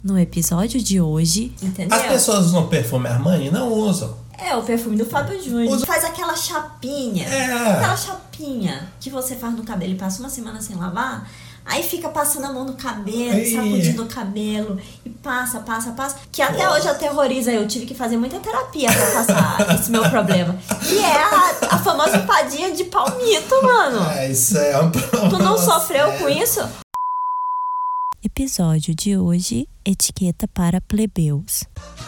No episódio de hoje, entendeu? As pessoas usam perfume Armani? Não usam. É, o perfume do Fábio Júnior. Faz aquela chapinha. Aquela chapinha que você faz no cabelo e passa uma semana sem lavar. Aí fica passando a mão no cabelo, sacudindo o cabelo. E passa. Que até hoje aterroriza. Eu tive que fazer muita terapia pra passar esse meu problema. Que é a famosa empadinha de palmito, mano. Isso é um problema. Tu não sofreu com isso? Episódio de hoje, etiqueta para plebeus.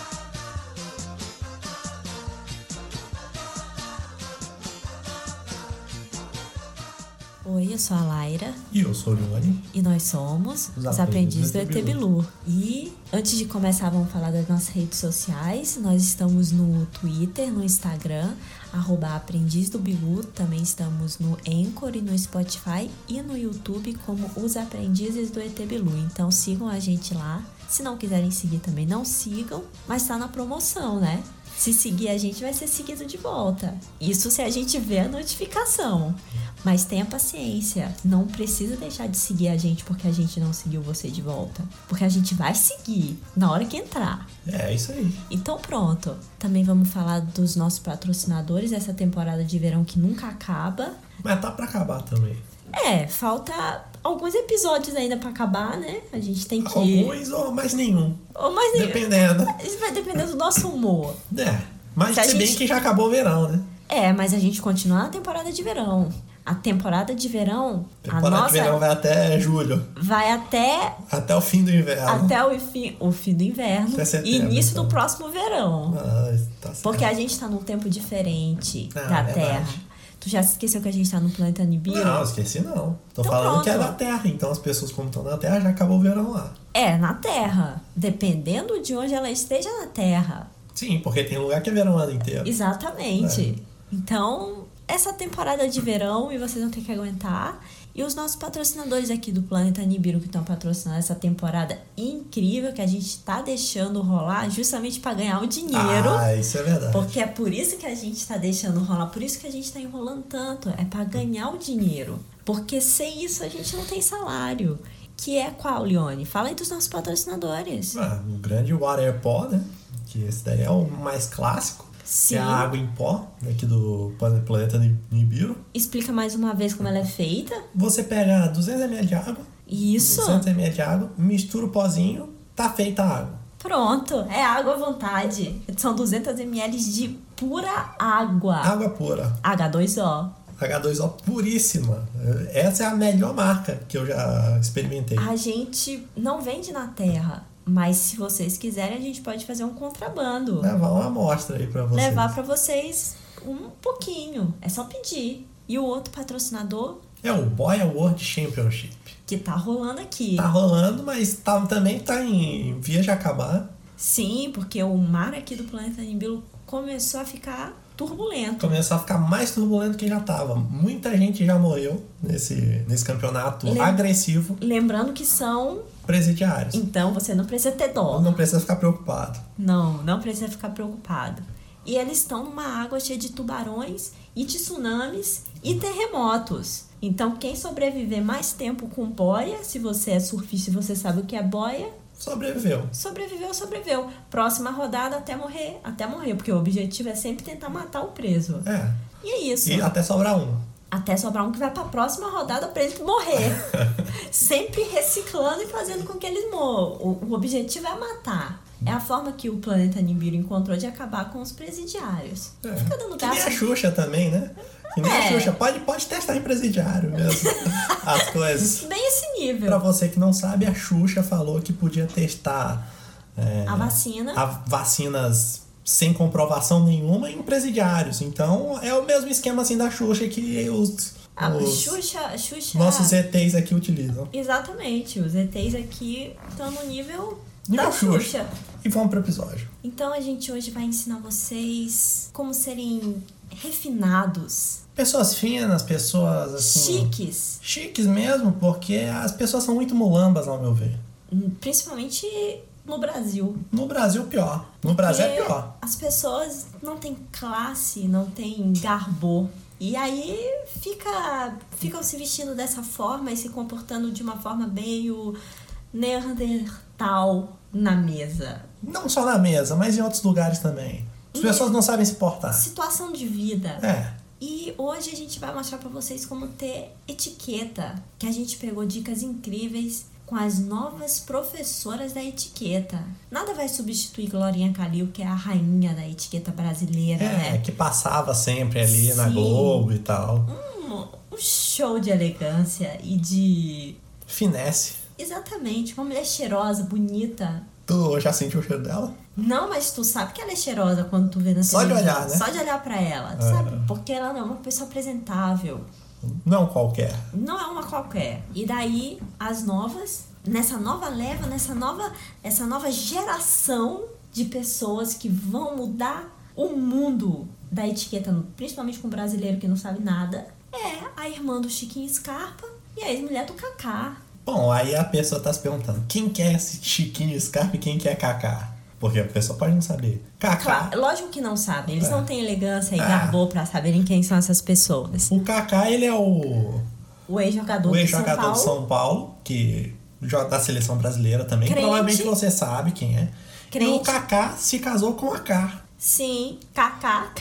Oi, eu sou a Laira. E eu sou o Leone. E nós somos os aprendizes do ET Bilu. E antes de começar, vamos falar das nossas redes sociais. Nós estamos no Twitter, no Instagram, @aprendizdobilu. Também estamos no Anchor e no Spotify e no YouTube como os aprendizes do ET Bilu. Então sigam a gente lá. Se não quiserem seguir também, não sigam. Mas tá na promoção, né? Se seguir a gente, vai ser seguido de volta. Isso se a gente vê a notificação. Mas tenha paciência. Não precisa deixar de seguir a gente porque a gente não seguiu você de volta. Porque a gente vai seguir na hora que entrar. É isso aí. Então pronto. Também vamos falar dos nossos patrocinadores. Essa temporada de verão que nunca acaba. Mas tá pra acabar também. Falta alguns episódios ainda pra acabar, né? A gente tem que... Alguns ou mais nenhum. Ou mais nenhum. Dependendo. Isso vai depender do nosso humor. Mas se bem que já acabou o verão, né? Mas a gente continua na temporada de verão. A temporada de verão... de verão vai até julho. Vai até o fim do inverno. Até o fim do inverno. Até setembro, e início então. do próximo verão. Tá certo. Porque a gente tá num tempo diferente da verdade. Terra. Tu já esqueceu que a gente tá no planeta Nibiru? Não, esqueci não. Tô Então falando pronto. que é na Terra. Então as pessoas como estão na Terra já acabou o verão lá. Na Terra. Dependendo de onde ela esteja na Terra. Sim, porque tem lugar que é verão o ano inteiro. Exatamente. Então, essa temporada de verão e vocês vão ter que aguentar. E os nossos patrocinadores aqui do Planeta Nibiru que estão patrocinando essa temporada incrível que a gente tá deixando rolar justamente para ganhar o dinheiro. Isso é verdade. Porque é por isso que a gente tá deixando rolar, por isso que a gente tá enrolando tanto. É para ganhar o dinheiro. Porque sem isso a gente não tem salário. Que é qual, Leone? Fala aí dos nossos patrocinadores. O grande Water Pó, né? Que esse daí é o mais clássico. Sim. Que é a água em pó, aqui do planeta Nibiru. Explica mais uma vez como ela é feita. Você pega 200 ml de água. Isso. 200 ml de água, mistura o pozinho, tá feita a água. Pronto, é água à vontade. São 200 ml de pura água. Água pura. H2O. H2O puríssima. Essa é a melhor marca que eu já experimentei. A gente não vende na Terra, mas se vocês quiserem, a gente pode fazer um contrabando. Levar uma amostra aí pra vocês. Levar pra vocês um pouquinho. É só pedir. E o outro patrocinador? É o Boia World Championship. Que tá rolando aqui. Tá rolando, mas também tá em via de acabar. Sim, porque o mar aqui do planeta Nibiru começou a ficar turbulento. Começou a ficar mais turbulento que já tava. Muita gente já morreu nesse campeonato agressivo. Lembrando que são presidiários. Então você não precisa ter dó. Não precisa ficar preocupado. Não precisa ficar preocupado. E eles estão numa água cheia de tubarões e tsunamis e terremotos. Então quem sobreviver mais tempo com boia, se você é surfista e você sabe o que é boia, sobreviveu. Sobreviveu. Próxima rodada até morrer, porque o objetivo é sempre tentar matar o preso. E é isso. E até sobrar um. Até sobrar um que vai pra próxima rodada pra ele morrer. Sempre reciclando e fazendo com que eles morram. O objetivo é matar. É a forma que o planeta Nibiru encontrou de acabar com os presidiários. Fica dando que nem a Xuxa também, né? Que nem a Xuxa. Pode testar em presidiário mesmo. As coisas. Bem esse nível. Pra você que não sabe, a Xuxa falou que podia testar a vacina. Vacinas sem comprovação nenhuma em presidiários. Então é o mesmo esquema assim da Xuxa que os Xuxa nossos ETs aqui utilizam. Exatamente, os ETs aqui estão no nível da Xuxa. E vamos pro episódio. Então a gente hoje vai ensinar vocês como serem refinados. Pessoas finas, pessoas assim... Chiques mesmo, porque as pessoas são muito mulambas, ao meu ver. Principalmente no Brasil. No Brasil, pior. No Brasil é pior. As pessoas não têm classe, não têm garbo. E aí ficam se vestindo dessa forma e se comportando de uma forma meio Neandertal na mesa. Não só na mesa, mas em outros lugares também. As pessoas não sabem se portar. Situação de vida. É. E hoje a gente vai mostrar pra vocês como ter etiqueta. Que a gente pegou dicas incríveis com as novas professoras da etiqueta. Nada vai substituir Glorinha Calil, que é a rainha da etiqueta brasileira, né? Que passava sempre ali Sim. na Globo e tal. Um show de elegância e de... Finesse. Exatamente, uma mulher cheirosa, bonita. Tu já sentiu o cheiro dela? Não, mas tu sabe que ela é cheirosa quando tu vê na Só de televisão. olhar, né? Só de olhar pra ela, sabe? Porque ela não é uma pessoa apresentável. Não qualquer. Não é uma qualquer. E daí, as novas, nessa nova leva, essa nova geração de pessoas que vão mudar o mundo da etiqueta, principalmente com o brasileiro que não sabe nada, é a irmã do Chiquinho Scarpa e a ex-mulher do Kaká. Bom, aí a pessoa tá se perguntando, quem que é esse Chiquinho Scarpa e quem que é Kaká? Porque a pessoa pode não saber. Kaká. Claro, lógico que não sabem. Eles não têm elegância e garbô pra saberem quem são essas pessoas. O Kaká, ele é o ex-jogador de São Paulo, que joga da seleção brasileira também. Crente. Provavelmente você sabe quem é. Crente. E o Kaká se casou com a K. Sim, Kaká.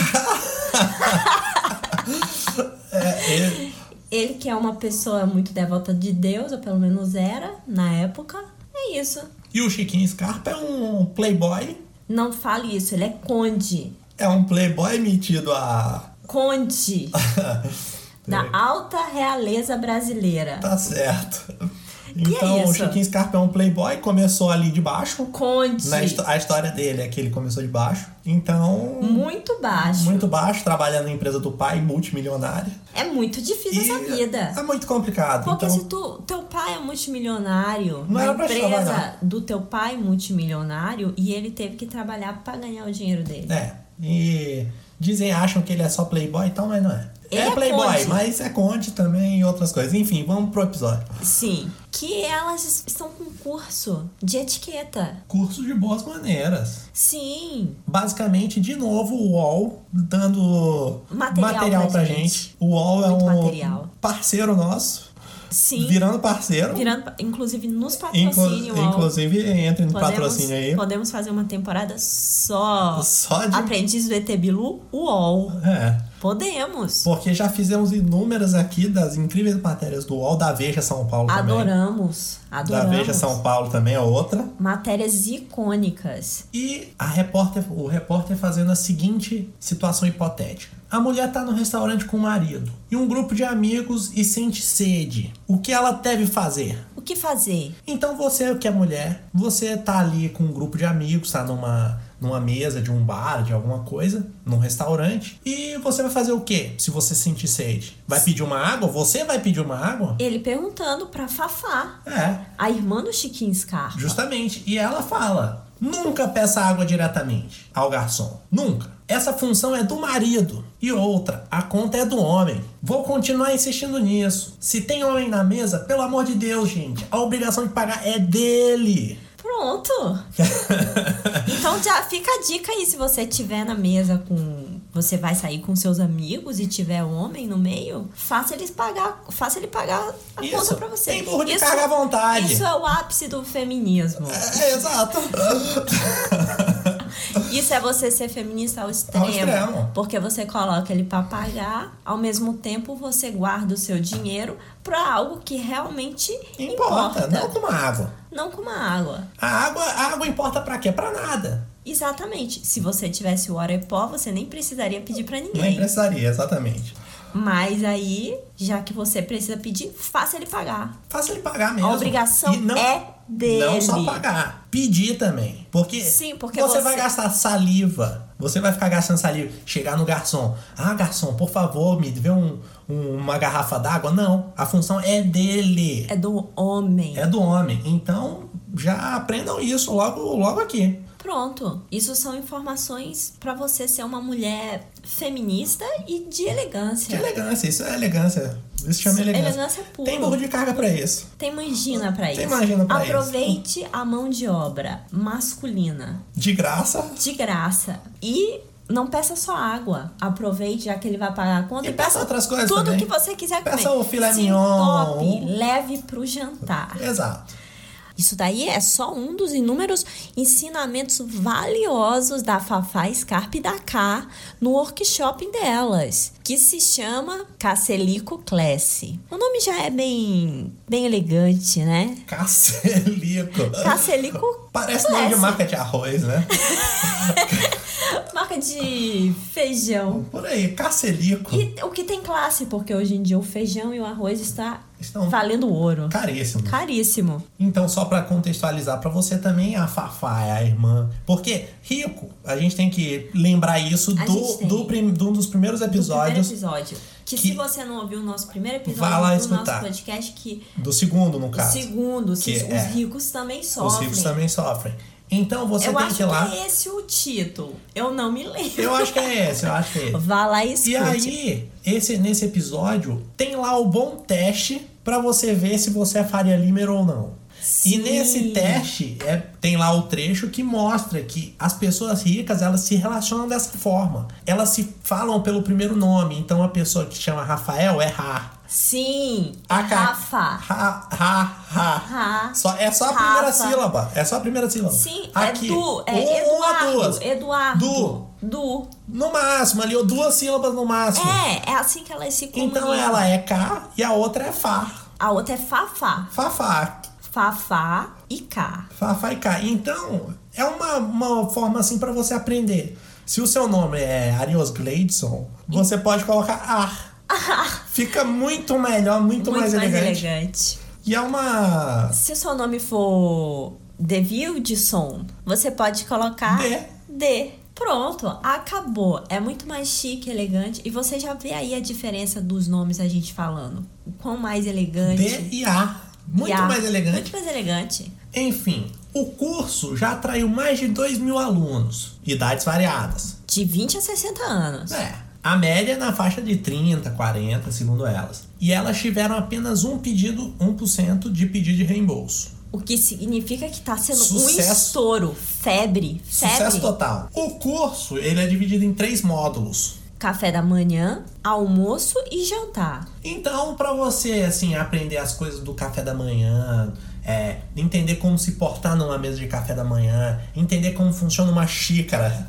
Ele que é uma pessoa muito devota de Deus, ou pelo menos era, na época. É isso. E o Chiquinho Scarpa é um playboy. Não fale isso, ele é conde. É um playboy metido a... Conde. Da alta realeza brasileira. Tá certo. Que Então, é isso? o Chiquinho Scarpa é um playboy, começou ali de baixo. Conde. A história dele é que ele começou de baixo. Então... Muito baixo. Muito baixo, trabalhando na empresa do pai, multimilionária. É muito difícil essa vida. É muito complicado. Porque então... se teu pai é multimilionário, Não na era pra te empresa trabalhar. do teu pai multimilionário, e ele teve que trabalhar pra ganhar o dinheiro dele. E acham que ele é só playboy e tal, mas não é. Ele é playboy, conde. mas é conde também e outras coisas. Enfim, vamos pro episódio. Sim. Que elas estão com curso de etiqueta. Curso de boas maneiras. Sim. Basicamente, de novo, o UOL dando Material pra gente. gente. O UOL Muito é um material. parceiro nosso. Sim. Virando parceiro. Inclusive nos patrocínios. Inclusive, entre no patrocínio aí. Podemos fazer uma temporada só de... Aprendiz do ET Bilu, UOL. Podemos. Porque já fizemos inúmeras aqui das incríveis matérias do UOL, da Veja São Paulo também. Adoramos. Da Veja São Paulo também é outra. Matérias icônicas. E o repórter fazendo a seguinte situação hipotética. A mulher tá no restaurante com o marido e um grupo de amigos e sente sede. O que ela deve fazer? O que fazer? Então você que é mulher, você tá ali com um grupo de amigos, tá numa mesa de um bar, de alguma coisa, num restaurante, e você vai fazer o quê se você sentir sede? Vai pedir uma água? Você vai pedir uma água? Ele perguntando pra Fafá, a irmã do Chiquinho Scarpa. Justamente. E ela fala, nunca peça água diretamente ao garçom. Nunca. Essa função é do marido. E outra, a conta é do homem. Vou continuar insistindo nisso. Se tem homem na mesa, pelo amor de Deus, gente, a obrigação de pagar é dele. Pronto. Então já fica a dica aí, se você estiver na mesa você vai sair com seus amigos e tiver homem no meio, faça ele pagar a conta pra você. Tem burro de carga à vontade. Isso é o ápice do feminismo. Exato. Isso é você ser feminista ao extremo. Porque você coloca ele pra pagar, ao mesmo tempo você guarda o seu dinheiro pra algo que realmente importa. Não com uma água. Não com uma água. A água importa pra quê? Pra nada. Exatamente. Se você tivesse o Orepó, você nem precisaria pedir pra ninguém. Nem precisaria, exatamente. Mas aí, já que você precisa pedir, faça ele pagar. Faça ele pagar mesmo. A obrigação é dele. Não só pagar, pedir também. Porque, porque você vai gastar saliva. Você vai ficar gastando saliva. Chegar no garçom. Garçom, por favor, me dê uma garrafa d'água. Não, a função é dele. É do homem. É do homem. Então, já aprendam isso logo aqui. Pronto. Isso são informações pra você ser uma mulher feminista e de elegância. De elegância, isso é elegância. Isso chama elegância. Elegância pura. Tem burro de carga pra isso. Tem mangina pra isso. Tem mangina pra Aproveite a mão de obra masculina. De graça. De graça. E não peça só água. Aproveite, já que ele vai pagar a conta. E peça outras coisas tudo também. Que você quiser comer. Peça o filé mignon. Leve pro jantar. Exato. Isso daí é só um dos inúmeros ensinamentos valiosos da Fafá Scarpa e da Ká no workshop delas, que se chama Cacelico Class. O nome já é bem elegante, né? Cacelico. Cacelico Parece nome de marca de arroz, né? Marca de feijão. Por aí, Cacelico. E o que tem classe, porque hoje em dia o feijão e o arroz estão valendo ouro. Caríssimo. Caríssimo. Então, só pra contextualizar pra você também, a Fafá é a irmã. Porque rico, a gente tem que lembrar isso de um dos primeiros episódios. Que se você não ouviu o nosso primeiro episódio vai lá do escutar. nosso podcast, do segundo, no caso. O segundo, os ricos também sofrem. Os ricos também sofrem. Então você tem que ir lá. Eu acho que é esse o título. Eu não me lembro. Eu acho que é esse. Vá lá e escute. E aí, nesse episódio, tem lá o bom teste pra você ver se você é Faria Limer ou não. Sim. E nesse teste, tem lá o trecho que mostra que as pessoas ricas, elas se relacionam dessa forma. Elas se falam pelo primeiro nome. Então, a pessoa que chama Rafael é Ra. Sim, Rafa. É só a primeira sílaba. É só a primeira sílaba. Sim, aqui, Eduardo. Du. No máximo, ali, 2 sílabas no máximo. É assim que elas se comunicam. Então ela é K e a outra é Fá. A outra é Fafá. Fafá e K. Fafá e K. Então, é uma forma assim pra você aprender. Se o seu nome é Arios Gleidson, você pode colocar Ar. Fica muito melhor, muito mais elegante. E é uma... Se o seu nome for De Wildson, você pode colocar D. Pronto, acabou. É muito mais chique, elegante. E você já vê aí a diferença dos nomes a gente falando. O quão mais elegante. D e A. Muito mais elegante. Muito mais elegante. Enfim, o curso já atraiu mais de 2.000 alunos. Idades variadas. De 20 a 60 anos. A média é na faixa de 30, 40, segundo elas. E elas tiveram apenas 1% de pedido de reembolso. O que significa que tá sendo um estouro. Febre. Sucesso total. O curso, ele é dividido em 3 módulos. Café da manhã, almoço e jantar. Então, pra você, assim, aprender as coisas do café da manhã... entender como se portar numa mesa de café da manhã, entender como funciona uma xícara.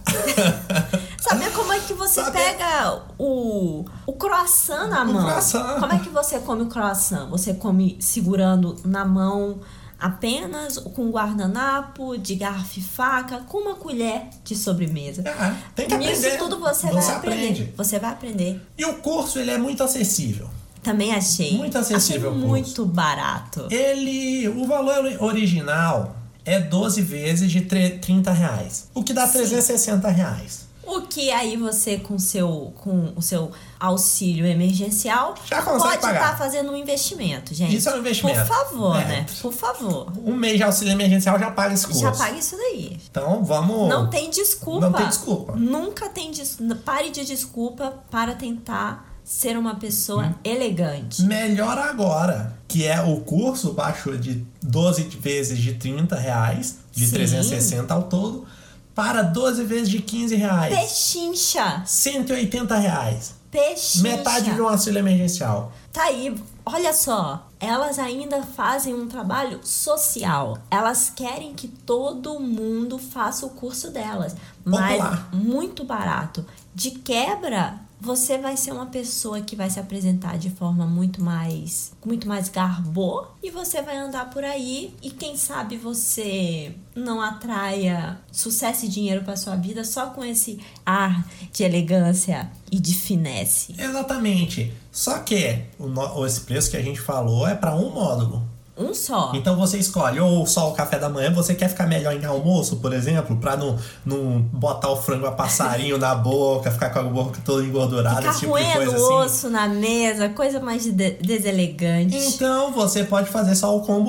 Saber como é que você pega o croissant na mão. Como é que você come o croissant? Você come segurando na mão apenas com guardanapo, de garfo e faca, com uma colher de sobremesa. Tem que aprender. Isso tudo você vai aprender. Você vai aprender. E o curso, ele é muito acessível. Também achei. Muito acessível. Achei muito barato. O valor original é 12 vezes de R$30. O que dá R$360. O que aí você, com o seu auxílio emergencial, já consegue pode estar fazendo um investimento, gente. Isso é um investimento. Por favor, né? Por favor. Um mês de auxílio emergencial já paga esse curso. Já paga isso daí. Então, vamos... Não tem desculpa. Não tem desculpa. Nunca tem desculpa. Pare de desculpa para tentar ser uma pessoa elegante. Melhor agora, que é o curso baixou de 12 vezes de R$30, de 360 ao todo, para 12 vezes de R$15. Pechincha! R$180. Pechincha! Metade de um auxílio emergencial. Tá aí, olha só. Elas ainda fazem um trabalho social. Elas querem que todo mundo faça o curso delas. Mas muito barato. De quebra, você vai ser uma pessoa que vai se apresentar de forma muito mais garbô, e você vai andar por aí e quem sabe você não atraia sucesso e dinheiro para sua vida só com esse ar de elegância e de finesse. Exatamente. Só que esse preço que a gente falou é para um módulo. Um só. Então você escolhe ou só o café da manhã. Você quer ficar melhor em almoço, por exemplo, pra não botar o frango a passarinho na boca, ficar com a boca toda engordurada, esse tipo de coisa assim. Ficar osso na mesa, coisa mais deselegante. Então você pode fazer só o combo,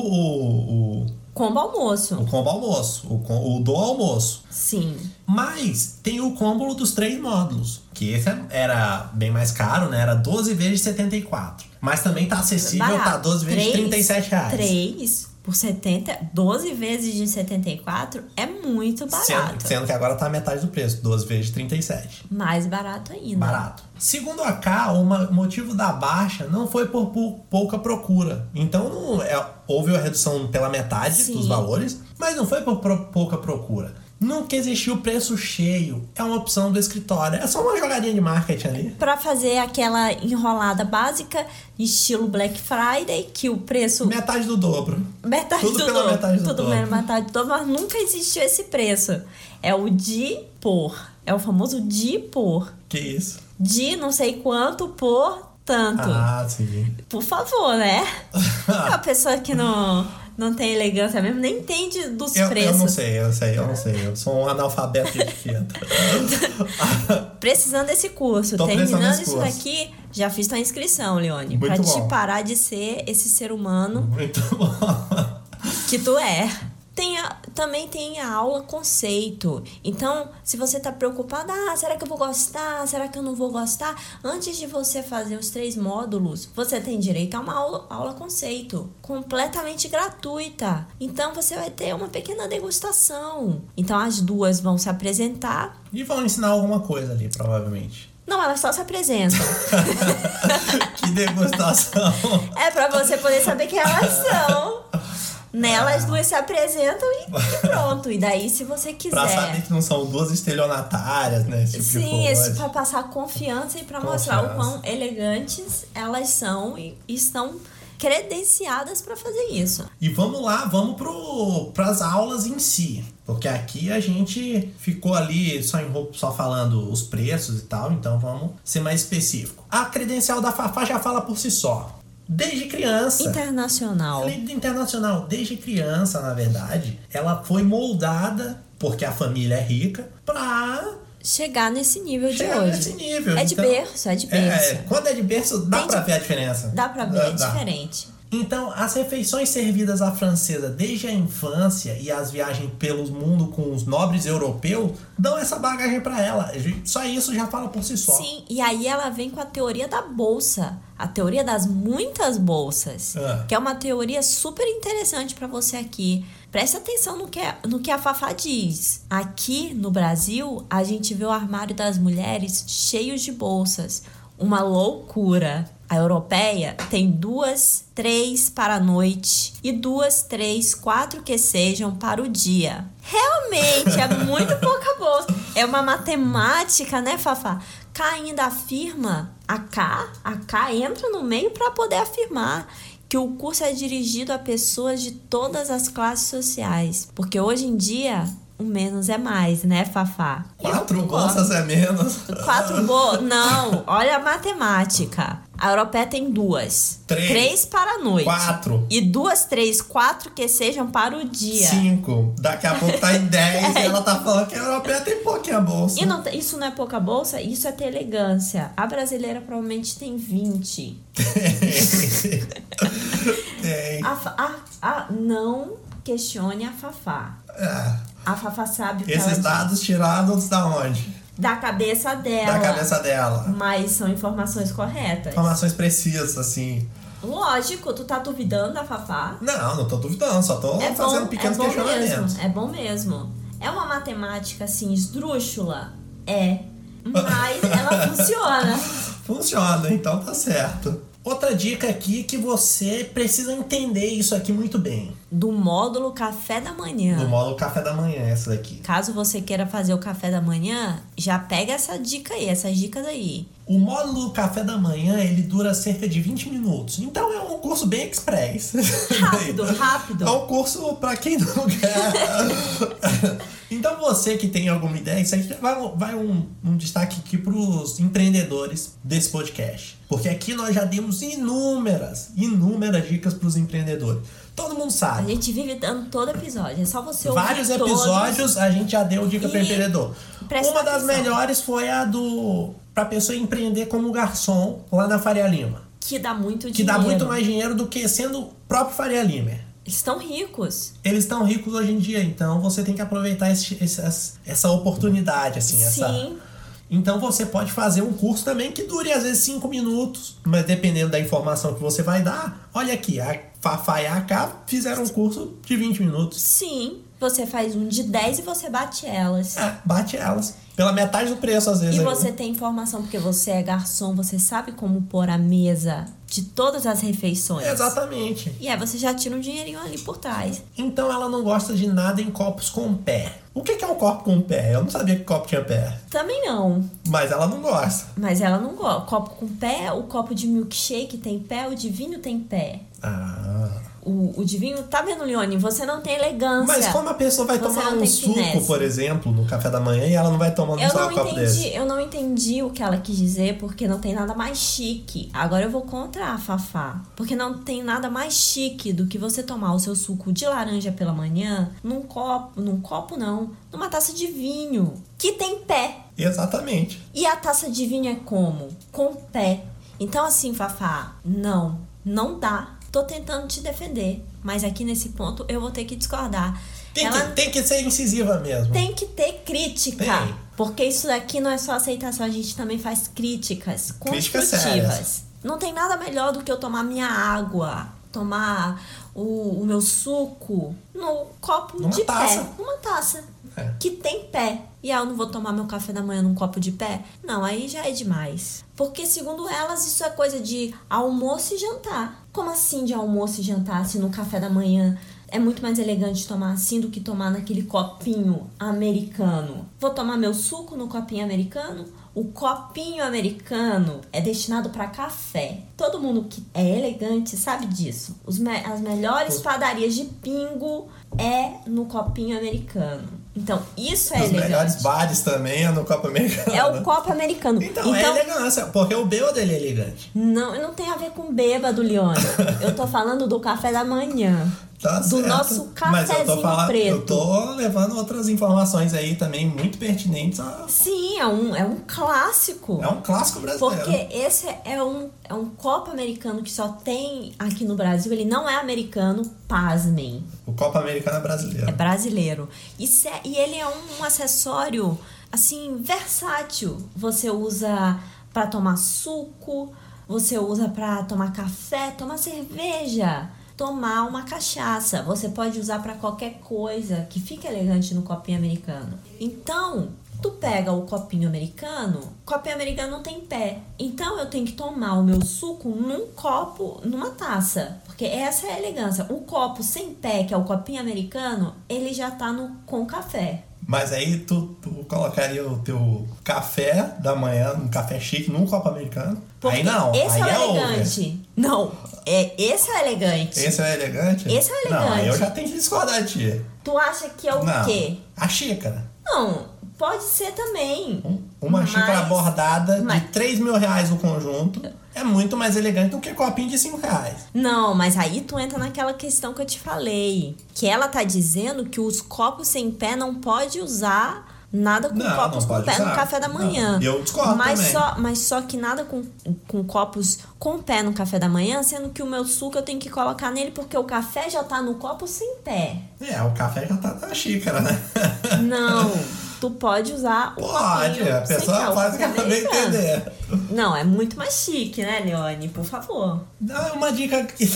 combo almoço. O combo almoço. O do almoço. Sim. Mas tem o combo dos 3 módulos. Que esse era bem mais caro, né? Era 12 vezes de R$74. Mas também tá acessível, barato. Tá 12 vezes de R$37. 3 por 70, 12 vezes de 74 é muito barato. Sendo que agora tá a metade do preço, 12 vezes de 37. Mais barato ainda. Barato. Segundo a Ká, o motivo da baixa não foi por pouca procura. Então, houve a redução pela metade dos valores, mas não foi por pouca procura. Nunca existiu preço cheio. É uma opção do escritório. É só uma jogadinha de marketing ali. Pra fazer aquela enrolada básica, estilo Black Friday, que o preço... Metade do dobro. Tudo pela metade do dobro, mas nunca existiu esse preço. É o de por. É o famoso de por. Que isso? De não sei quanto por tanto. Ah, sim. Por favor, né? A pessoa que não tem elegância mesmo, nem entende dos preços. Eu não sei. Eu sou um analfabeto de etiqueta. Precisando desse curso. Terminando isso daqui, já fiz tua inscrição, Leone. Muito pra bom. Te parar de ser esse ser humano muito bom. Que tu é. Também tem a aula conceito. Então, se você tá preocupado, será que eu vou gostar? Será que eu não vou gostar? Antes de você fazer os 3 módulos, você tem direito a uma aula conceito, completamente gratuita. Então, você vai ter uma pequena degustação. Então, as duas vão se apresentar. E vão ensinar alguma coisa ali, provavelmente. Não, elas só se apresentam. Que degustação! É pra você poder saber quem elas são. Nelas duas se apresentam e pronto. E daí, se você quiser... Pra saber que não são duas estelionatárias, né? Esse tipo de coisa. Sim, pra passar confiança e pra mostrar o quão elegantes elas são e estão credenciadas pra fazer isso. E vamos lá, vamos pras aulas em si. Porque aqui a gente ficou ali só falando os preços e tal, então vamos ser mais específico. A credencial da Fafá já fala por si só. Desde criança. Internacional. Desde criança, na verdade, ela foi moldada, porque a família é rica, pra chegar nesse nível de hoje. Nesse nível. É de berço. Quando é de berço, dá pra ver a diferença. Dá pra ver, é diferente. Então, as refeições servidas à francesa desde a infância e as viagens pelo mundo com os nobres europeus dão essa bagagem pra ela. Só isso já fala por si só. Sim, e aí ela vem com a teoria da bolsa. A teoria das muitas bolsas. Que é uma teoria super interessante pra você aqui. Preste atenção no que a Fafá diz. Aqui no Brasil, a gente vê o armário das mulheres cheio de bolsas. Uma loucura. A europeia tem 2, 3 para a noite e 2, 3, 4 que sejam para o dia. Realmente, é muito pouca bolsa. É uma matemática, né, Fafá? Cá ainda afirma, a K entra no meio para poder afirmar que o curso é dirigido a pessoas de todas as classes sociais. Porque hoje em dia... o menos é mais, né, Fafá? 4 bolsas é menos. 4 bolsas? Não, olha a matemática. A europeia tem 2. 3 para a noite. 4. E 2, 3, 4 que sejam para o dia. 5. Daqui a pouco tá em 10 e ela tá falando que a europeia tem pouquinha bolsa. E isso não é pouca bolsa? Isso é ter elegância. A brasileira provavelmente tem 20. Tem. Não questione a Fafá. A Fafá sabe o que esses dados tirados da onde? Da cabeça dela. Mas são informações corretas. Informações precisas, assim. Lógico, tu tá duvidando da Fafá? Não tô duvidando, só tô fazendo pequenos questionamentos. É bom mesmo. É uma matemática, assim, esdrúxula? Mas ela funciona. Funciona, então tá certo. Outra dica aqui que você precisa entender isso aqui muito bem. Do módulo café da manhã. Essa daqui. Caso você queira fazer o café da manhã, já pega essas dicas aí. O módulo café da manhã, ele dura cerca de 20 minutos. Então é um curso bem express. Rápido. É um curso pra quem não quer. Então você que tem alguma ideia, isso aqui vai um destaque aqui pros empreendedores desse podcast. Porque aqui nós já demos inúmeras dicas pros empreendedores. Todo mundo sabe. A gente vive dando todo episódio. É só você ouvir vários episódios a gente já deu dica para empreendedor. Uma das melhores foi a pra pessoa empreender como garçom lá na Faria Lima. Que dá muito dinheiro. Que dá muito mais dinheiro do que sendo o próprio Faria Lima. Eles estão ricos. Eles estão ricos hoje em dia, então você tem que aproveitar essa oportunidade, assim. Sim. Então você pode fazer um curso também que dure às vezes 5 minutos, mas dependendo da informação que você vai dar, olha aqui, a Fafá e a AK fizeram um curso de 20 minutos. Sim, Você faz um de 10 e você bate elas. Bate elas. Pela metade do preço, às vezes. E você tem informação, porque você é garçom, você sabe como pôr a mesa de todas as refeições. Exatamente. E aí você já tira um dinheirinho ali por trás. Então ela não gosta de nada em copos com pé. O que é um copo com pé? Eu não sabia que copo tinha pé. Também não. Mas ela não gosta. Mas ela não gosta. Copo com pé, o copo de milkshake tem pé, o de vinho tem pé. O de vinho, tá vendo, Leone? Você não tem elegância. Mas como a pessoa vai tomar um suco, por exemplo, no café da manhã e ela não vai tomar um copo desse? Eu não entendi o que ela quis dizer, porque não tem nada mais chique. Agora eu vou contra a Fafá. Porque não tem nada mais chique do que você tomar o seu suco de laranja pela manhã numa taça de vinho, que tem pé. Exatamente. E a taça de vinho é como? Com pé. Então assim, Fafá, não dá. Tô tentando te defender, mas aqui nesse ponto eu vou ter que discordar. Tem que ser incisiva mesmo. Tem que ter crítica. Porque isso daqui não é só aceitação, a gente também faz críticas construtivas. Não tem nada melhor do que eu tomar minha água, tomar o meu suco no copo de pé. Numa taça. Que tem pé. E aí eu não vou tomar meu café da manhã num copo de pé? Não, aí já é demais. Porque, segundo elas, isso é coisa de almoço e jantar. Como assim de almoço e jantar, se no café da manhã é muito mais elegante tomar assim do que tomar naquele copinho americano? Vou tomar meu suco no copinho americano? O copinho americano é destinado para café. Todo mundo que é elegante sabe disso. As melhores padarias de pingo é no copinho americano. Então, isso é elegante. Os melhores bares também é no copo americano. É o copo americano. Então é elegância, porque o bêbado dele é elegante. Não tem a ver com bêbado, Leone. Eu tô falando do café da manhã. Tá do certo. Nosso cafezinho preto. Eu tô levando outras informações aí também muito pertinentes. Sim, é um clássico. É um clássico brasileiro. Porque esse é um copo americano que só tem aqui no Brasil. Ele não é americano, pasmem. O copo americano é brasileiro. É brasileiro. E ele é um acessório, assim, versátil. Você usa pra tomar suco, você usa pra tomar café, tomar cerveja, tomar uma cachaça. Você pode usar para qualquer coisa que fique elegante no copinho americano. Então, tu pega o copinho americano não tem pé. Então, eu tenho que tomar o meu suco num copo, numa taça. Porque essa é a elegância. O copo sem pé, que é o copinho americano, ele já tá com café. Mas aí tu colocaria o teu café da manhã, um café chique, num copo americano? Porque aí não, esse aí é o elegante. Over. Não, esse é o elegante. Esse é o elegante? Esse é o elegante. Não, aí eu já tenho que discordar de ti. Tu acha que é o quê? A xícara. Não, pode ser também. Uma xícara bordada de 3 mil reais o conjunto é muito mais elegante do que copinho de 5 reais. Não, mas aí tu entra naquela questão que eu te falei. Que ela tá dizendo que os copos sem pé não pode usar nada com copos com pé no café da manhã. Eu discordo também. Mas só que nada com copos com pé no café da manhã, sendo que o meu suco eu tenho que colocar nele porque o café já tá no copo sem pé. O café já tá na xícara, né? Não, tu pode usar o copinho. A pessoa faz o que ela bem entender. Não, é muito mais chique, né, Leone? Por favor. Não, uma dica aqui.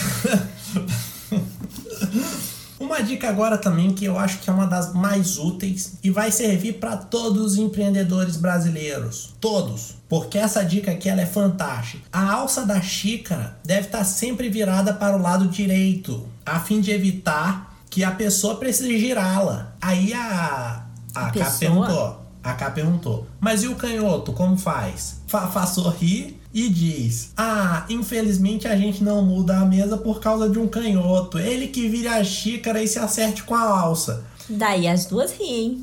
Uma dica agora também que eu acho que é uma das mais úteis e vai servir para todos os empreendedores brasileiros. Todos. Porque essa dica aqui ela é fantástica. A alça da xícara deve estar sempre virada para o lado direito, a fim de evitar que a pessoa precise girá-la. Aí a Cá perguntou, mas e o canhoto, como faz? Fafá sorri e diz, infelizmente a gente não muda a mesa por causa de um canhoto. Ele que vire a xícara e se acerte com a alça. Daí as duas riem.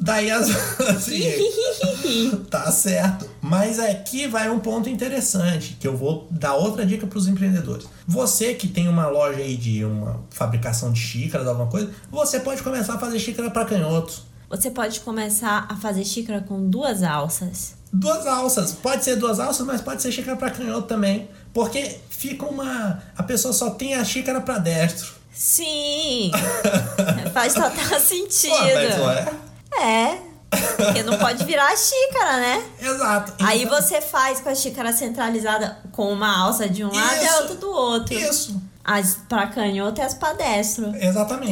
Tá certo. Mas aqui vai um ponto interessante, que eu vou dar outra dica para os empreendedores. Você que tem uma loja aí de uma fabricação de xícaras, alguma coisa, você pode começar a fazer xícara para canhotos. Você pode começar a fazer xícara com 2 alças. 2 alças. Pode ser 2 alças, mas pode ser xícara para canhoto também. Porque fica a pessoa só tem a xícara para destro. Sim. Faz total sentido. Mas não é? É. Porque não pode virar a xícara, né? Exato. Aí você faz com a xícara centralizada com uma alça de um lado e a outra do outro. Isso. As para canhoto e as para destro. Exatamente.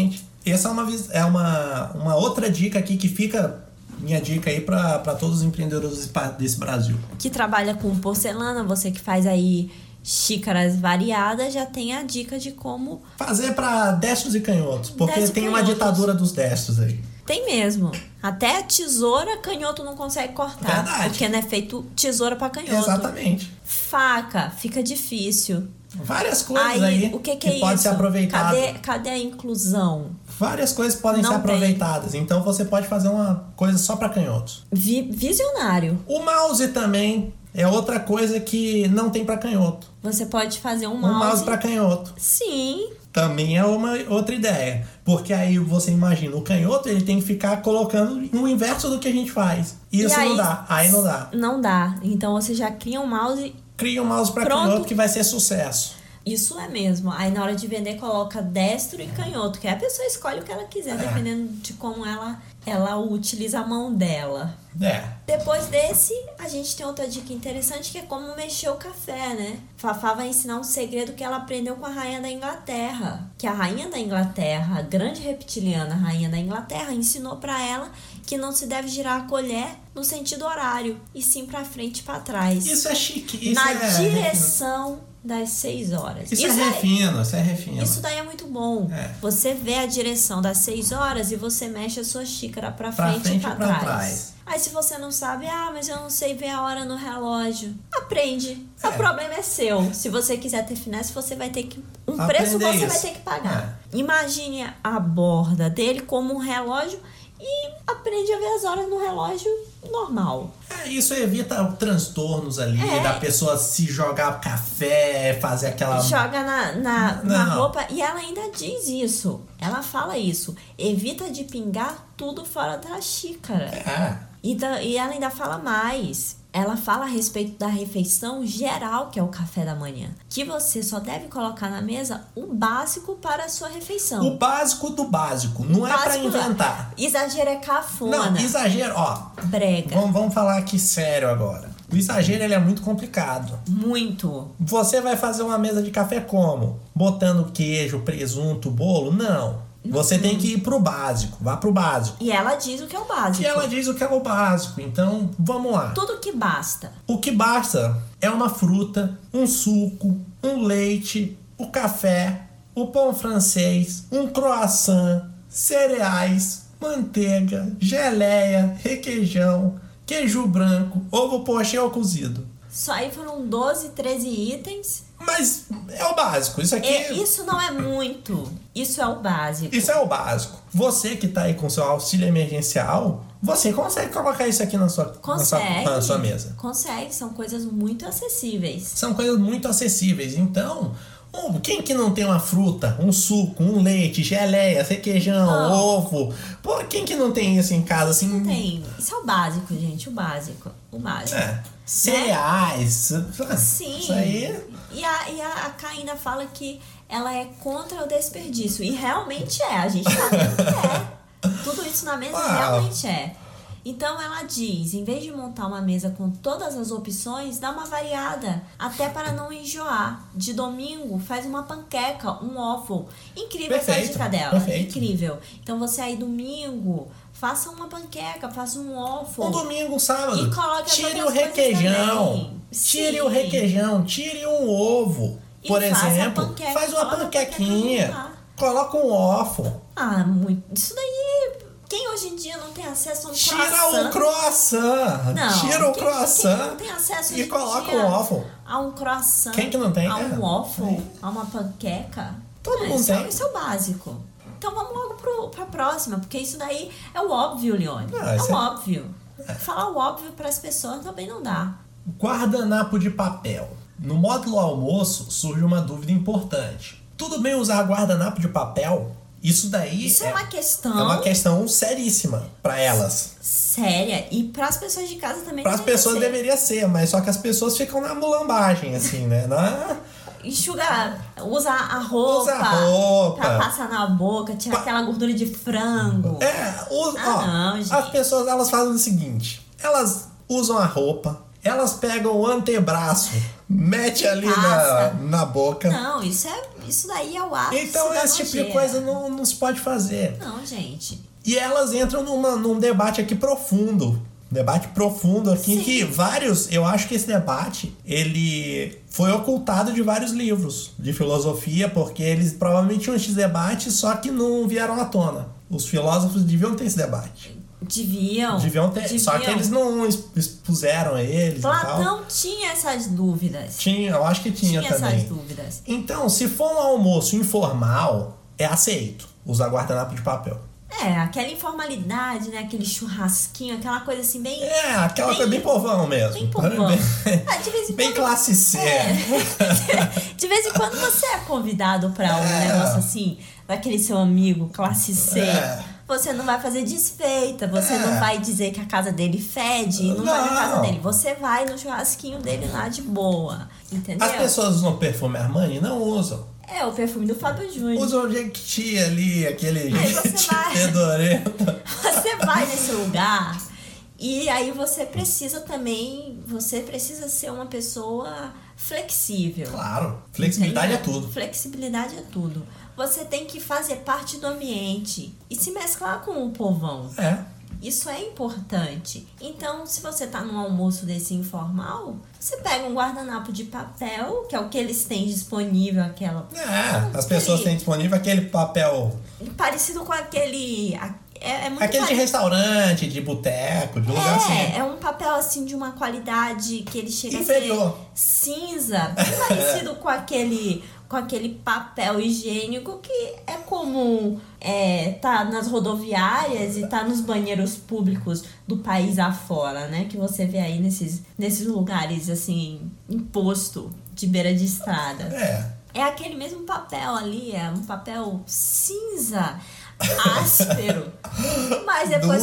Essa é uma outra dica aqui que fica... Minha dica aí para todos os empreendedores desse Brasil. Que trabalha com porcelana, você que faz aí xícaras variadas, já tem a dica de como... Fazer para destros e canhotos, porque Destro tem e uma canhotos. ditadura dos destros aí. Tem mesmo. Até tesoura, canhoto não consegue cortar. Verdade. Porque não é feito tesoura para canhoto. Exatamente. Faca, fica difícil. Várias coisas aí o que que é pode isso? ser aproveitado. Cadê a inclusão? Várias coisas podem Não ser tem. aproveitadas. Então você pode fazer uma coisa só para canhotos. Visionário. O mouse também é outra coisa que não tem para canhoto. Você pode fazer um Um mouse mouse. para canhoto. Sim. Também é uma outra ideia. Porque aí você imagina, o canhoto ele tem que ficar colocando no inverso do que a gente faz. Isso E aí, não dá. Aí não dá. Não dá. Então você já cria um mouse. Cria um mouse para Pronto. canhoto que vai ser sucesso. Isso é mesmo. Aí na hora de vender, coloca destro e canhoto, que aí a pessoa escolhe o que ela quiser, dependendo de como ela utiliza a mão dela. É. Depois desse, a gente tem outra dica interessante, que é como mexer o café, né? Fafá vai ensinar um segredo que ela aprendeu com a rainha da Inglaterra. Que a rainha da Inglaterra, a grande reptiliana rainha da Inglaterra, ensinou pra ela que não se deve girar a colher no sentido horário, e sim pra frente e pra trás. Isso é chique. Isso na é direção das 6 horas. Isso é refino, isso é refino. Isso daí é muito bom. É. Você vê a direção das 6 horas e você mexe a sua xícara pra frente e pra trás. Aí se você não sabe, mas eu não sei ver a hora no relógio. Aprende. O problema é seu. Se você quiser ter finesse, você vai ter que... preço você vai ter que pagar. Imagine a borda dele como um relógio e aprende a ver as horas no relógio normal. Isso evita transtornos ali, da pessoa se jogar café, fazer aquela... Joga na roupa. E ela ainda diz isso. Ela fala isso. Evita de pingar tudo fora da xícara. E ela ainda fala mais. Ela fala a respeito da refeição geral, que é o café da manhã. Que você só deve colocar na mesa o básico para a sua refeição. O básico do básico. Não é pra inventar. Exagero é cafona. Não, exagero, brega. Vamos falar aqui sério agora. O exagero, ele é muito complicado. Muito. Você vai fazer uma mesa de café como? Botando queijo, presunto, bolo? Não. Você tem que ir pro básico. Vá pro básico. E ela diz o que é o básico. Então, vamos lá. Tudo que basta. O que basta é uma fruta, um suco, um leite, o café, o pão francês, um croissant, cereais, manteiga, geleia, requeijão, queijo branco, ovo pochê ou cozido. Só aí foram 12, 13 itens. Mas é o básico. Isso aqui... Isso não é muito. Isso é o básico. Isso é o básico. Você que tá aí com seu auxílio emergencial, você consegue colocar isso aqui na sua mesa. Consegue. São coisas muito acessíveis. São coisas muito acessíveis. Então, quem que não tem uma fruta, um suco, um leite, geleia, requeijão, ovo? Pô, quem que não tem isso em casa assim? Não tem. Isso é o básico, gente. O básico. Cereais. Sim. Isso aí. E a Cá ainda fala que ela é contra o desperdício. E realmente é. A gente tá vendo que é. Tudo isso na mesa realmente é. Então ela diz, em vez de montar uma mesa com todas as opções, dá uma variada, até para não enjoar. De domingo, faz uma panqueca, um waffle. Incrível essa dica dela. Perfeito. Incrível. Então você aí domingo, faça uma panqueca, faça um waffle. Um domingo, sábado. E coloque tire o requeijão. Tire o requeijão, tire um ovo. E por exemplo, faz uma panquequinha. Coloca um waffle. Muito. Isso daí... Quem hoje em dia não tem acesso a um croissant? Tira o croissant. Não, tira o croissant. Quem não tem acesso e coloca um waffle. A um croissant. Quem que não tem? A um waffle, a uma panqueca. Todo mundo tem. Isso é o básico. Então vamos logo pra próxima, porque isso daí é o óbvio, Leone. Óbvio. Falar o óbvio pras pessoas também não dá. Guardanapo de papel. No módulo almoço surge uma dúvida importante. Tudo bem usar guardanapo de papel? Isso daí é uma questão... É uma questão seríssima para elas. Séria. E para as pessoas de casa também para as pessoas deveria ser, mas só que as pessoas ficam na mulambagem, assim, né? Enxuga, usa a roupa. Usa a roupa. Pra passar na boca, tirar aquela gordura de frango. Não, gente. As pessoas, elas fazem o seguinte. Elas usam a roupa, elas pegam o antebraço, mete ali na boca. Não, isso é Isso daí é o ápice Então da esse tipo de nojeira. coisa não se pode fazer. Não, gente. E elas entram num debate aqui profundo. Debate profundo aqui, Sim. que vários... Eu acho que esse debate, ele foi ocultado de vários livros de filosofia, porque eles provavelmente tinham esse debate, só que não vieram à tona. Os filósofos deviam ter esse debate. Deviam ter, só que eles não expuseram eles e tal. Platão tinha essas dúvidas. Tinha, eu acho que tinha também. Essas dúvidas. Então, se for um almoço informal, é aceito usar guardanapo de papel. Aquela informalidade, né? Aquele churrasquinho, aquela coisa assim bem... Aquela coisa bem povão mesmo. Bem povão. De vez em bem quando, classe C. De vez em quando você é convidado pra um negócio assim, daquele seu amigo classe C. Você não vai fazer desfeita, você não vai dizer que a casa dele fede, não vai na casa dele. Você vai no churrasquinho dele lá de boa, entendeu? As pessoas usam perfume Armani? Não usam. É o perfume do Fábio Júnior. Usa o Jequiti ali, aquele Jequiti vai. fedorento. Você vai nesse lugar e aí você precisa ser uma pessoa flexível. Claro, flexibilidade Entendeu? é tudo. Flexibilidade é tudo. Você tem que fazer parte do ambiente e se mesclar com o povão. Isso é importante. Então, se você tá num almoço desse informal, você pega um guardanapo de papel, que é o que eles têm disponível, as pessoas têm disponível aquele papel... Parecido com aquele... muito aquele de restaurante, de boteco, de lugar assim. É um papel assim de uma qualidade que ele chega inferior. A ser cinza, bem parecido com aquele papel higiênico que é comum tá nas rodoviárias e tá nos banheiros públicos do país afora, né? Que você vê aí nesses lugares assim, imposto de beira de estrada. É aquele mesmo papel ali, é um papel cinza, áspero, mas depois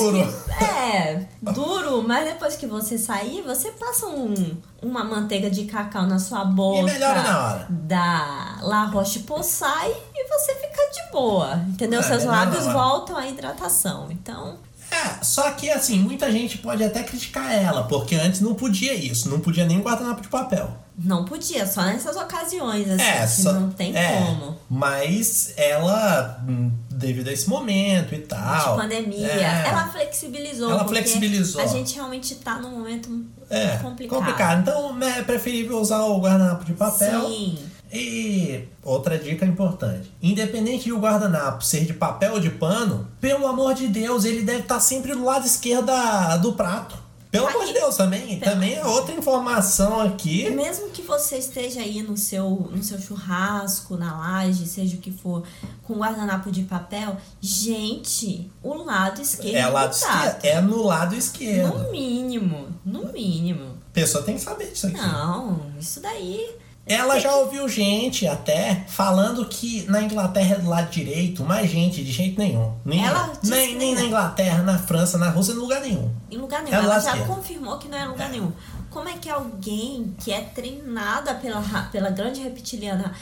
duro, mas depois que você sair, você passa uma manteiga de cacau na sua boca, e melhora na hora da La Roche-Posay e você fica de boa, entendeu? Seus lábios voltam à hidratação, então... Só que assim, muita gente pode até criticar ela, porque antes não podia isso, não podia nem guardanapo de papel. Não podia, só nessas ocasiões, assim, que não tem como. Mas ela, devido a esse momento e tal... De pandemia, ela flexibilizou. A gente realmente tá num momento complicado. Então é preferível usar o guardanapo de papel. Sim. E outra dica importante: independente de o guardanapo ser de papel ou de pano, pelo amor de Deus, ele deve estar sempre do lado esquerdo do prato. Pelo amor de Deus, também é outra informação aqui. Mesmo que você esteja aí no seu churrasco, na laje, seja o que for, com guardanapo de papel, gente, o lado esquerdo é no lado esquerdo. No mínimo. A pessoa tem que saber disso aqui. Não, isso daí... Ela já ouviu gente até falando que na Inglaterra é do lado direito, mas gente, de jeito nenhum. Nem na Inglaterra, na França, na Rússia, em lugar nenhum. Em lugar nenhum. Ela já confirmou que não é lugar nenhum. Como é que alguém que é treinada pela grande reptiliana,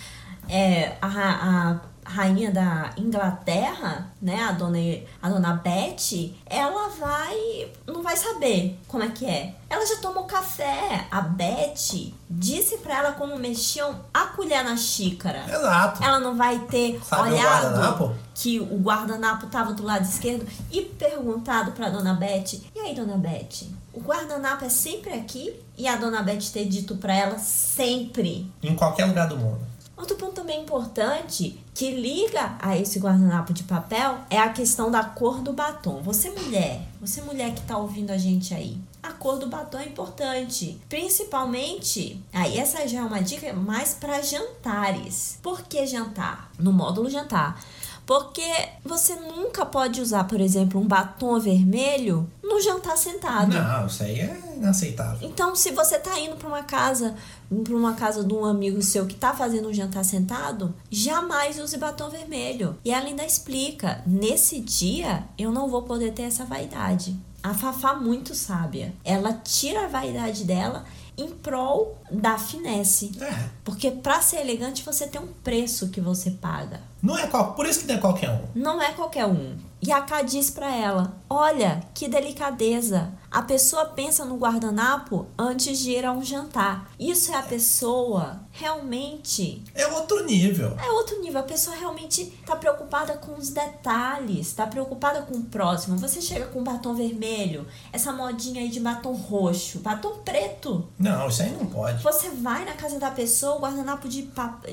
a rainha da Inglaterra, né, a dona Beth, ela não vai saber como é que é. Ela já tomou café. A Beth disse pra ela como mexiam a colher na xícara. Exato. Ela não vai ter olhado que o guardanapo tava do lado esquerdo e perguntado pra dona Beth: e aí, dona Beth, o guardanapo é sempre aqui? E a dona Beth ter dito pra ela sempre. Em qualquer lugar do mundo. Outro ponto também importante que liga a esse guardanapo de papel é a questão da cor do batom. Você mulher que tá ouvindo a gente aí, a cor do batom é importante. Principalmente, essa já é uma dica mais para jantares. Por que jantar? No módulo jantar. Porque você nunca pode usar, por exemplo, um batom vermelho no jantar sentado. Não, isso aí é inaceitável. Então, se você tá indo para uma casa de um amigo seu que tá fazendo um jantar sentado, jamais use batom vermelho. E ela ainda explica: nesse dia eu não vou poder ter essa vaidade. A Fafá, muito sábia, ela tira a vaidade dela em prol da finesse. Porque pra ser elegante você tem um preço que você paga. Por isso que não é qualquer um. Não é qualquer um. E a Ká diz pra ela, olha, que delicadeza. A pessoa pensa no guardanapo antes de ir a um jantar. Isso é a pessoa realmente... É outro nível. É outro nível. A pessoa realmente tá preocupada com os detalhes, tá preocupada com o próximo. Você chega com batom vermelho, essa modinha aí de batom roxo, batom preto. Não, isso aí não pode. Você vai na casa da pessoa, o guardanapo de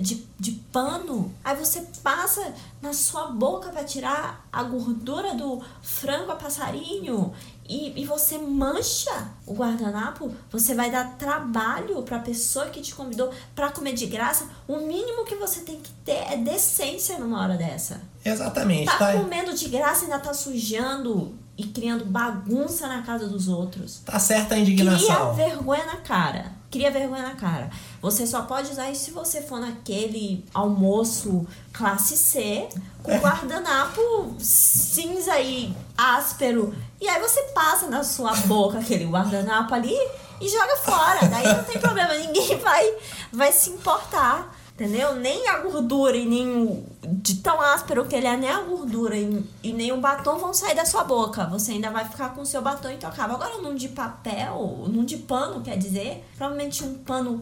pano, aí você passa na sua boca pra tirar a gordura do frango a passarinho e você mancha o guardanapo. Você vai dar trabalho pra pessoa que te convidou pra comer de graça. O mínimo que você tem que ter é decência numa hora dessa. Exatamente. Tá comendo de graça e ainda tá sujando e criando bagunça na casa dos outros. Tá certa a indignação. Cria vergonha na cara. Cria vergonha na cara. Você só pode usar isso se você for naquele almoço classe C, com guardanapo cinza e áspero. E aí você passa na sua boca aquele guardanapo ali e joga fora. Daí não tem problema, ninguém vai se importar. Entendeu? Nem a gordura e nem de tão áspero que ele é, nem a gordura e nem o batom vão sair da sua boca. Você ainda vai ficar com o seu batom intocável. Agora, num de papel, num de pano, quer dizer, provavelmente um pano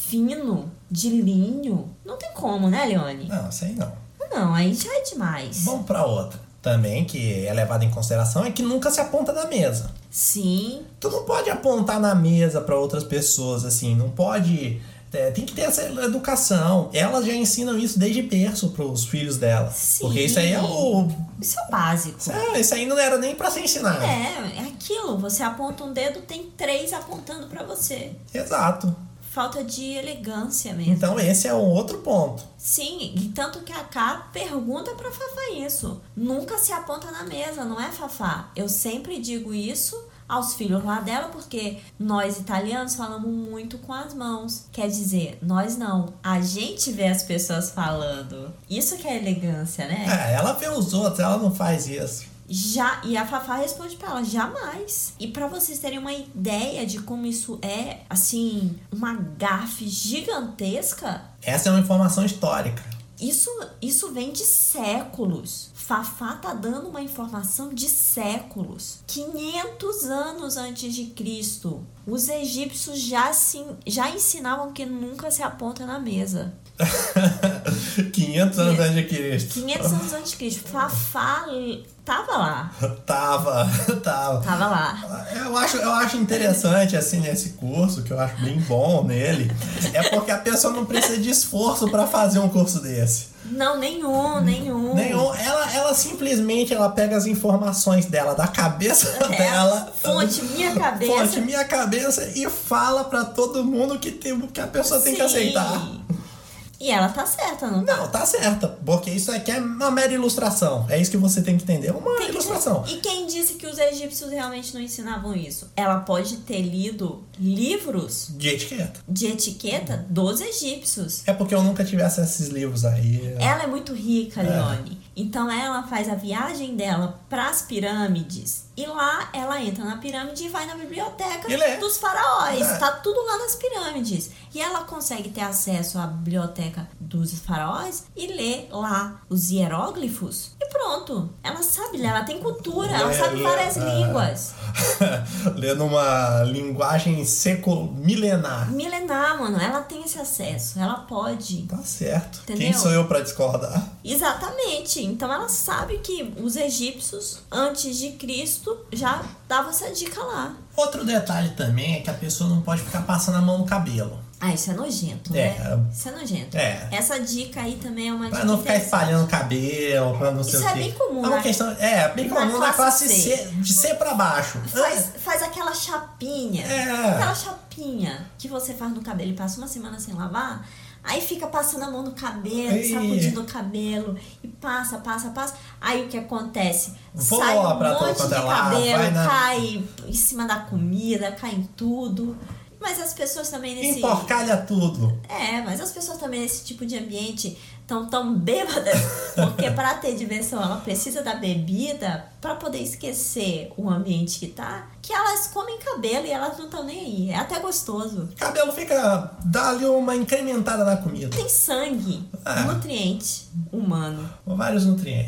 fino, de linho. Não tem como, né, Leone? Não, isso aí não. Não, aí já é demais. Vamos pra outra. Também, que é levada em consideração, é que nunca se aponta na mesa. Sim. Tu não pode apontar na mesa pra outras pessoas, assim. Não pode... tem que ter essa educação. Elas já ensinam isso desde berço pros filhos dela. Sim. Porque isso aí é o... Isso é o básico. Isso aí não era nem pra ser ensinado. É aquilo. Você aponta um dedo, tem 3 apontando pra você. Exato. Falta de elegância mesmo. Então esse é um outro ponto. Sim, e tanto que a Ká pergunta pra Fafá isso. Nunca se aponta na mesa, não é, Fafá? Eu sempre digo isso aos filhos lá dela, porque nós italianos falamos muito com as mãos. Quer dizer, nós não. A gente vê as pessoas falando. Isso que é elegância, né? Ela vê os outros, ela não faz isso. E a Fafá responde pra ela, jamais. E pra vocês terem uma ideia de como isso é, assim, uma gafe gigantesca... Essa é uma informação histórica. Isso vem de séculos. Fafá tá dando uma informação de séculos. 500 anos antes de Cristo. Os egípcios já ensinavam que nunca se aponta na mesa. 500 anos antes de Cristo. 500 anos antes de Cristo. Fafá tava lá. Tava. Tava lá. Eu acho interessante, assim, nesse curso, que eu acho bem bom nele, é porque a pessoa não precisa de esforço pra fazer um curso desse. Não, nenhum. Ela simplesmente pega as informações dela, da cabeça dela. Fonte minha cabeça. E fala pra todo mundo que a pessoa tem que aceitar. E ela tá certa, não tá? Não, tá certa. Porque isso aqui é uma mera ilustração. É isso que você tem que entender. Uma ilustração. E quem disse que os egípcios realmente não ensinavam isso? Ela pode ter lido livros de etiqueta dos egípcios. É porque eu nunca tive acesso a esses livros aí. Ela é muito rica, Leone. Então ela faz a viagem dela pras pirâmides. E lá ela entra na pirâmide e vai na biblioteca dos faraós. Tá tudo lá nas pirâmides. E ela consegue ter acesso à biblioteca dos faraós e ler lá os hieróglifos. E pronto. Ela sabe ler, ela tem cultura, ela sabe várias línguas. Lê numa linguagem milenar. Milenar, mano. Ela tem esse acesso. Ela pode. Tá certo. Entendeu? Quem sou eu pra discordar? Exatamente. Então ela sabe que os egípcios, antes de Cristo, já davam essa dica lá. Outro detalhe também é que a pessoa não pode ficar passando a mão no cabelo. Isso é nojento, né? Isso é nojento. Essa dica aí também é uma dica. Pra não ficar espalhando cabelo, pra não sei o quê. Isso é bem comum, É uma questão, bem comum na classe C, de C pra baixo. Faz aquela chapinha. Aquela chapinha que você faz no cabelo e passa uma semana sem lavar. Aí fica passando a mão no cabelo, sacudindo o cabelo. E passa. Aí o que acontece? Sai um monte de cabelo, cai em cima da comida, cai em tudo. Mas as pessoas também nesse... Emporcalha tudo. Mas as pessoas também nesse tipo de ambiente estão tão bêbadas, porque para ter diversão ela precisa da bebida para poder esquecer o ambiente que elas comem cabelo e elas não estão nem aí. É até gostoso. Cabelo dá ali uma incrementada na comida. Tem sangue, nutriente humano. Vários nutrientes.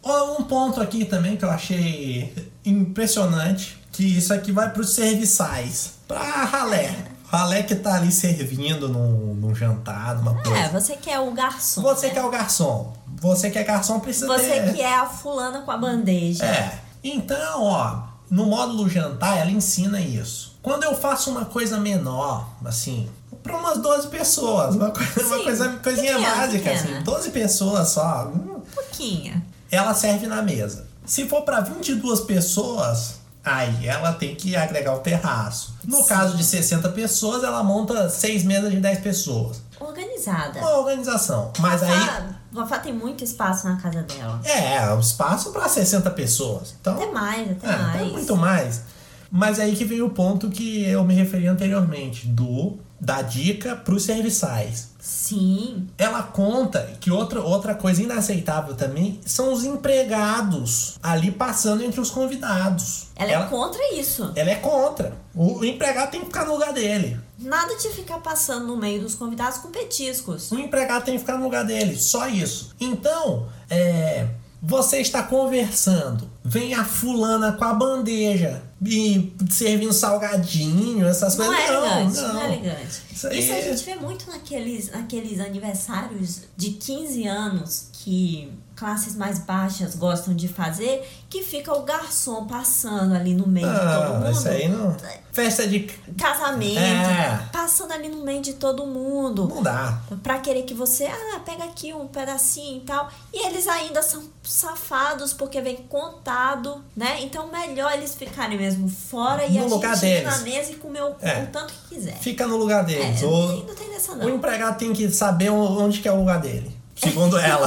Um ponto aqui também que eu achei impressionante, que isso aqui vai pros serviçais, pra ralé. Ralé que tá ali servindo num jantar, numa coisa. Você que é o garçom. Você né? que é o garçom. Você que é garçom precisa Você ter... que é a fulana com a bandeja. Então, ó, no módulo jantar ela ensina isso. Quando eu faço uma coisa menor, assim, pra umas 12 pessoas, uma coisinha pequena, básica, pequena. assim, 12 pessoas só. Pouquinha. Ela serve na mesa. Se for pra 22 pessoas, aí ela tem que agregar o terraço. No caso de 60 pessoas, ela monta 6 mesas de 10 pessoas. Organizada. Uma organização. Mas aí... Vafá tem muito espaço na casa dela. o espaço pra 60 pessoas. Então, Até mais. Até muito mais. Mas aí que veio o ponto que eu me referi anteriormente, da dica pros serviçais. Sim. Ela conta que outra coisa inaceitável também são os empregados ali passando entre os convidados. Ela é contra isso. Ela é contra. O empregado tem que ficar no lugar dele. Nada de ficar passando no meio dos convidados com petiscos. O empregado tem que ficar no lugar dele. Só isso. Então, você está conversando, vem a fulana com a bandeja e servindo salgadinho, essas coisas. Não é elegante. Isso a gente vê muito naqueles aniversários de 15 anos que classes mais baixas gostam de fazer, que fica o garçom passando ali no meio de todo mundo. Isso aí não... Festa de... casamento, passando ali no meio de todo mundo. Não dá. Pra querer que você, pega aqui um pedacinho e tal. E eles ainda são safados porque vem contado, né? Então melhor eles ficarem mesmo fora e a gente ir na mesa e comer o tanto que quiser. Fica no lugar deles. Não tem dessa não. O empregado tem que saber onde que é o lugar dele. Segundo ela.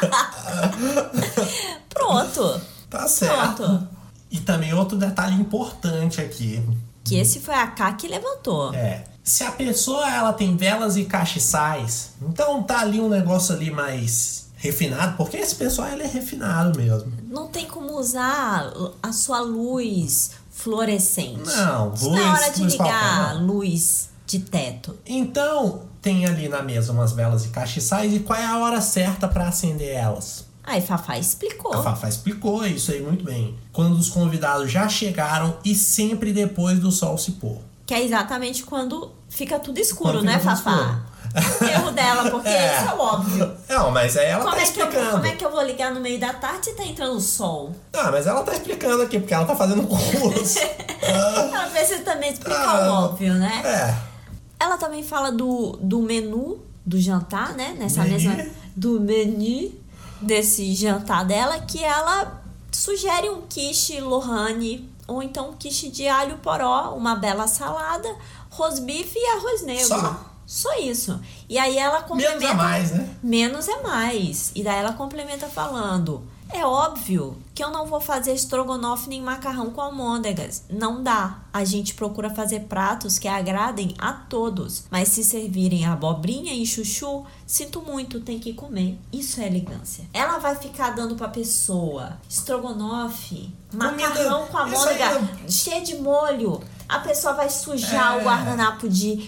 Pronto. Tá certo. Pronto. E também outro detalhe importante aqui. Que esse foi a K que levantou. Se a pessoa ela tem velas e castiçais, então tá ali um negócio ali mais refinado, porque esse pessoal ele é refinado mesmo. Não tem como usar a sua luz fluorescente. Não, luz. Não é hora de ligar qualquer, luz de teto. Então, tem ali na mesa umas velas e castiçais, e qual é a hora certa pra acender elas? Aí Fafá explicou. A Fafá explicou isso aí muito bem. Quando os convidados já chegaram e sempre depois do sol se pôr. Que é exatamente quando fica tudo escuro, né, Fafá? É erro dela, porque isso é óbvio. Não, mas aí ela tá explicando. Como é que eu vou ligar no meio da tarde se tá entrando o sol? Mas ela tá explicando aqui, porque ela tá fazendo um curso. Ela precisa também explicar o óbvio, né? Ela também fala do menu do jantar, né? Nessa mesma... Do menu desse jantar dela, que ela sugere um quiche Lohane, ou então um quiche de alho poró, uma bela salada, rosbife e arroz negro. Só isso. E aí ela complementa... Menos é mais, né? Menos é mais. E daí ela complementa falando... É óbvio que eu não vou fazer estrogonofe nem macarrão com almôndegas. Não dá. A gente procura fazer pratos que agradem a todos. Mas se servirem abobrinha e chuchu, sinto muito, tem que comer. Isso é elegância. Ela vai ficar dando pra pessoa estrogonofe, macarrão com almôndega cheio de molho. A pessoa vai sujar o guardanapo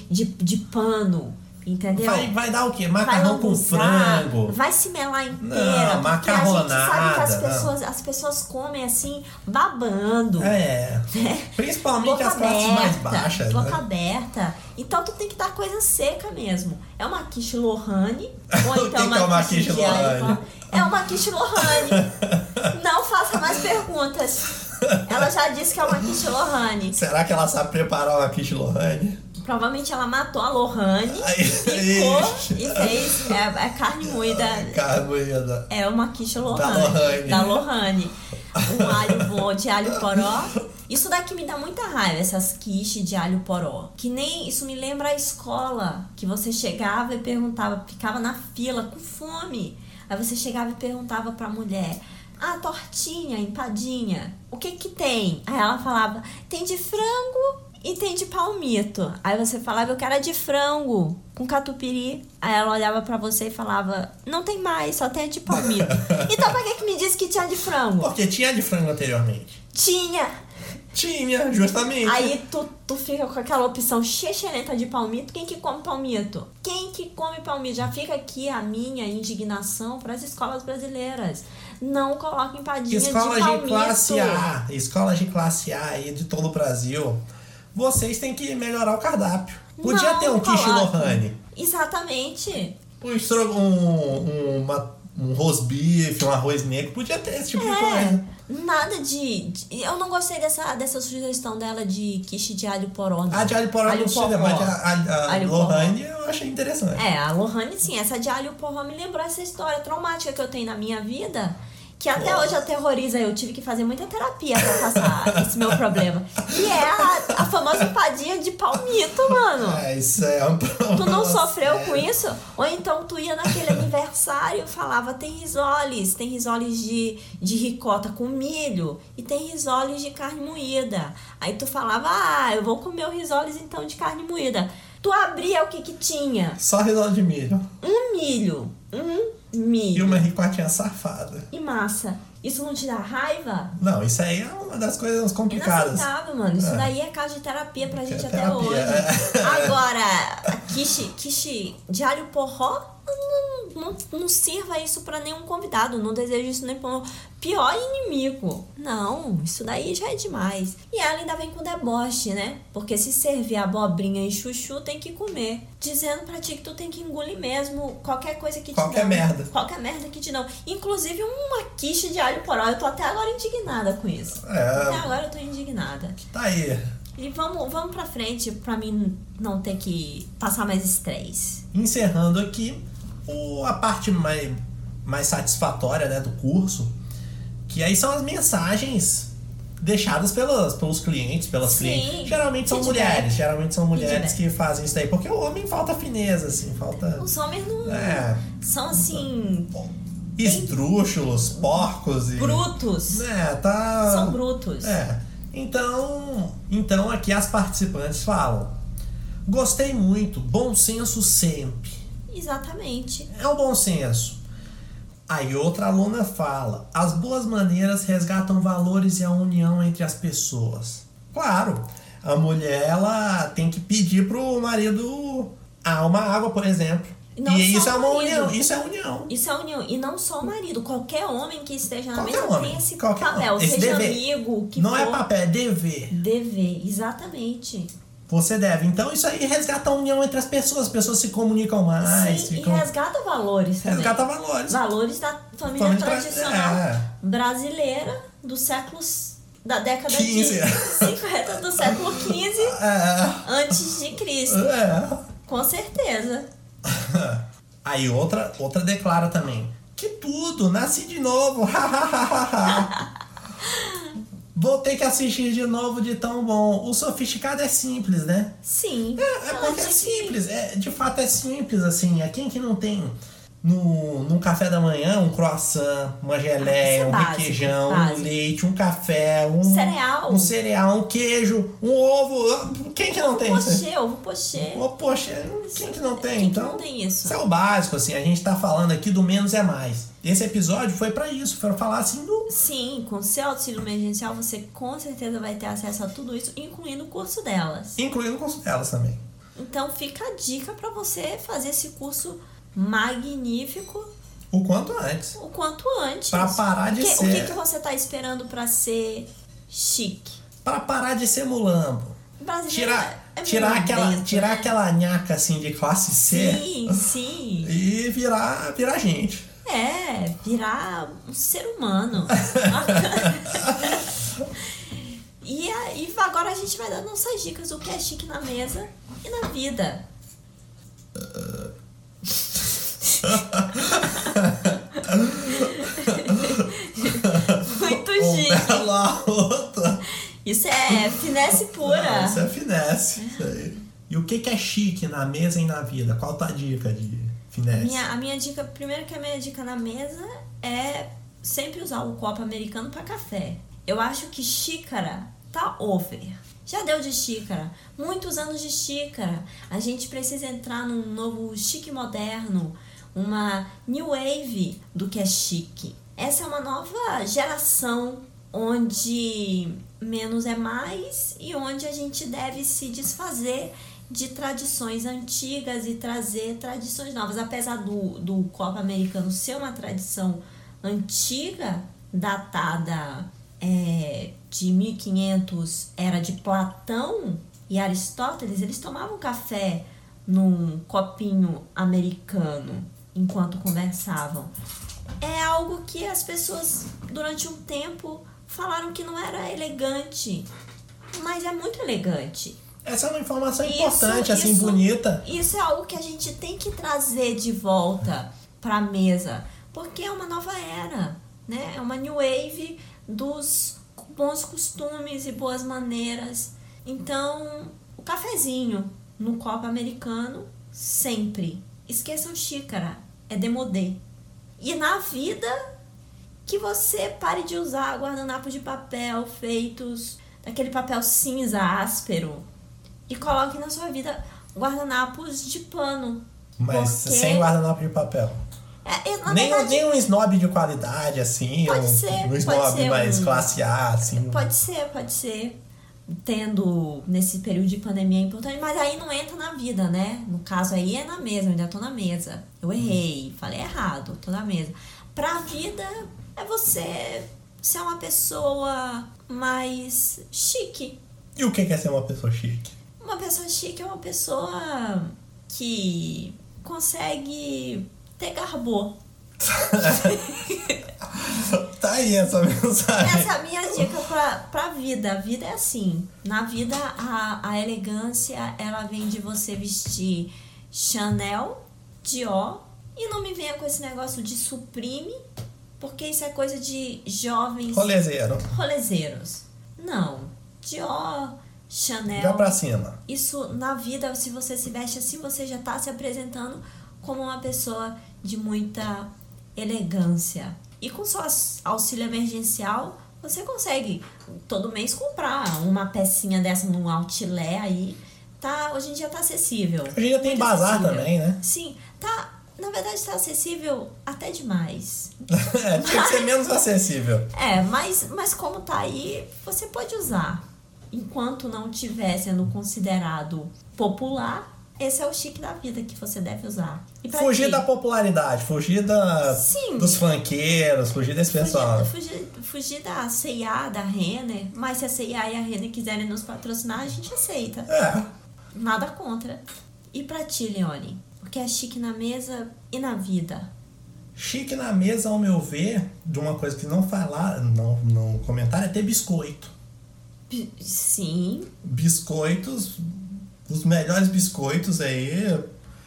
de pano. Entendeu? Vai dar o quê? Macarrão com frango. Vai se melar inteira. Não, porque a gente sabe macarronada. que as pessoas comem assim, babando. Principalmente as classes mais baixas. Boca aberta. Então tu tem que dar coisa seca mesmo. É uma quiche Lohane. Ou então uma quiche Lohane. É uma quiche Lohane. Não faça mais perguntas. Ela já disse que é uma quiche Lohane. Será que ela sabe preparar uma quiche Lohane? Provavelmente ela matou a Lohane, picou e fez carne moída. Carne moída. É uma quiche Lohane. Da Lohane. Um alho bom de alho poró. Isso daqui me dá muita raiva, essas quiches de alho poró. Que nem isso me lembra a escola, que você chegava e perguntava, ficava na fila com fome. Aí você chegava e perguntava pra mulher: tortinha, empadinha, o que que tem? Aí ela falava: tem de frango e tem de palmito. Aí você falava: eu quero de frango com catupiry. Aí ela olhava pra você e falava: não tem mais, só tem a de palmito. Então pra que me disse que tinha de frango? Porque tinha de frango anteriormente. Tinha. Tinha, justamente. Aí tu fica com aquela opção chechelenta de palmito. Quem que come palmito? Quem que come palmito? Já fica aqui a minha indignação para as escolas brasileiras. Não coloquem empadinha de palmito. Escolas de classe A aí de todo o Brasil. Vocês têm que melhorar o cardápio. Podia ter um quiche Lohane. Exatamente. Um rosbife, um arroz negro. Podia ter esse tipo de coisa. Nada de... Eu não gostei dessa sugestão dela de quiche de alho poró. A de alho poró não sei, mas a Lohane eu achei interessante. A Lohane sim. Essa de alho poró me lembrou essa história traumática que eu tenho na minha vida, que até hoje aterroriza. Eu tive que fazer muita terapia pra passar esse meu problema. E é a famosa empadinha de palmito, mano. Isso é um problema. Tu não sofreu com isso? Ou então tu ia naquele aniversário e falava, tem risoles de ricota com milho e tem risoles de carne moída. Aí tu falava, eu vou comer o risoles então de carne moída. Tu abria, o que tinha? Só risole de milho. Milho. E uma ricotinha safada. E massa. Isso não te dá raiva? Não, isso aí é uma das coisas complicadas. Inaceitável, mano. Isso daí é caso de terapia pra gente até hoje. Agora, quiche de alho porró, não sirva isso pra nenhum convidado. Não desejo isso nem pro pior inimigo. Não, isso daí já é demais. E ela ainda vem com deboche, né? Porque se servir abobrinha e chuchu, tem que comer. Dizendo pra ti que tu tem que engolir mesmo qualquer coisa que te dão. Qualquer merda que te dão. Inclusive uma quiche de alho poró. Eu tô até agora indignada com isso. Até agora eu tô indignada. Tá aí. E vamos pra frente pra mim não ter que passar mais estresse. Encerrando aqui a parte mais satisfatória, né, do curso, que aí são as mensagens deixadas pelos clientes, pelas clientes. Geralmente são mulheres que fazem isso daí, porque o homem falta fineza, assim, falta... Os homens não... São assim... esdrúxulos, porcos e... brutos. São brutos. Então aqui as participantes falam: gostei muito, bom senso sempre. Exatamente. É o bom senso. Aí outra aluna fala: as boas maneiras resgatam valores e a união entre as pessoas. Claro, a mulher ela tem que pedir pro marido uma água, por exemplo. E isso é uma união. Isso é união. Isso é união. E não só o marido. Qualquer homem que esteja na mesa tem esse papel. Seja dever. Amigo, que não for. É papel, é dever. Dever, exatamente. Você deve. Então isso aí resgata a união entre as pessoas se comunicam mais. Sim, e resgata valores também. Resgata valores. Valores da família tradicional brasileira da década 15. De 50 do século XV antes de Cristo. Com certeza. Aí outra declara também: que tudo, nasci de novo. Vou ter que assistir de novo de tão bom. O sofisticado é simples, né? Sim. Porque é simples. De fato é simples, assim. Quem que não tem num café da manhã um croissant, uma geleia, requeijão, um leite, um café, um cereal, um queijo, um ovo. Quem que não tem isso? Ovo pochê. Quem que não tem? Quem então, que não tem isso? Isso é o básico, assim. A gente tá falando aqui do menos é mais. Esse episódio foi pra isso, foi pra falar assim do... Sim, com o seu auxílio emergencial você com certeza vai ter acesso a tudo isso, incluindo o curso delas. Incluindo o curso delas também. Então fica a dica pra você fazer esse curso magnífico o quanto antes. Pra parar de ser... O que você tá esperando pra ser chique? Pra parar de ser mulambo. Tirar aquela nhaca assim de classe C. Sim. E virar gente. Virar um ser humano. E agora a gente vai dar nossas dicas do que é chique na mesa e na vida. Muito chique. Isso é finesse pura. Isso é finesse. Isso aí. E o que é chique na mesa e na vida? Qual a tua dica de finesse? A minha dica, primeiro que a minha dica na mesa é sempre usar o copo americano para café. Eu acho que xícara tá over. Já deu de xícara. Muitos anos de xícara. A gente precisa entrar num novo chique moderno. Uma new wave do que é chique. Essa é uma nova geração onde menos é mais e onde a gente deve se desfazer de tradições antigas e trazer tradições novas. Apesar do Copa Americano ser uma tradição antiga, datada de 1500, era de Platão e Aristóteles, eles tomavam café num copinho americano enquanto conversavam. É algo que as pessoas, durante um tempo, falaram que não era elegante, mas é muito elegante. Essa é uma informação importante, assim, bonita. Isso é algo que a gente tem que trazer de volta para a mesa, porque é uma nova era, né? É uma new wave dos bons costumes e boas maneiras. Então, o cafezinho no copo americano, sempre. Esqueçam xícara, é démodé. E na vida, que você pare de usar guardanapos de papel feitos daquele papel cinza áspero e coloque na sua vida guardanapos de pano. Mas sem guardanapo de papel. Nem um snob de qualidade, assim. Pode ser. Um snob mais classe A, assim. Pode ser. Tendo nesse período de pandemia é importante, mas aí não entra na vida, né? No caso aí é na mesa, eu ainda tô na mesa. Eu errei, falei errado, tô na mesa. Pra vida é você ser uma pessoa mais chique. E o que é ser uma pessoa chique? Uma pessoa chique é uma pessoa que consegue ter garbô. Tá aí essa mensagem. Essa é a minha dica pra vida. A vida é assim. Na vida, a elegância, ela vem de você vestir Chanel, Dior. E não me venha com esse negócio de Supreme, porque isso é coisa de jovens... rolezeiros. Não. Dior, Chanel... Já pra cima. Isso, na vida, se você se veste assim, você já tá se apresentando como uma pessoa de muita elegância. E com seu auxílio emergencial, você consegue todo mês comprar uma pecinha dessa num outlet aí. Hoje em dia tá acessível. Hoje em dia tem bazar também, né? Sim, na verdade tá acessível até demais. Tinha que ser menos acessível. Mas como tá aí, você pode usar. Enquanto não estiver sendo considerado popular, esse é o chique da vida que você deve usar. Fugir da popularidade, fugir dos funkeiros, fugir desse pessoal. Fugir da C&A, da Renner. Mas se a C&A e a Renner quiserem nos patrocinar, a gente aceita. Nada contra. E pra ti, Leone? O que é chique na mesa e na vida? Chique na mesa, ao meu ver, de uma coisa que não comentaram, é ter biscoito. Sim. Biscoitos, os melhores biscoitos aí,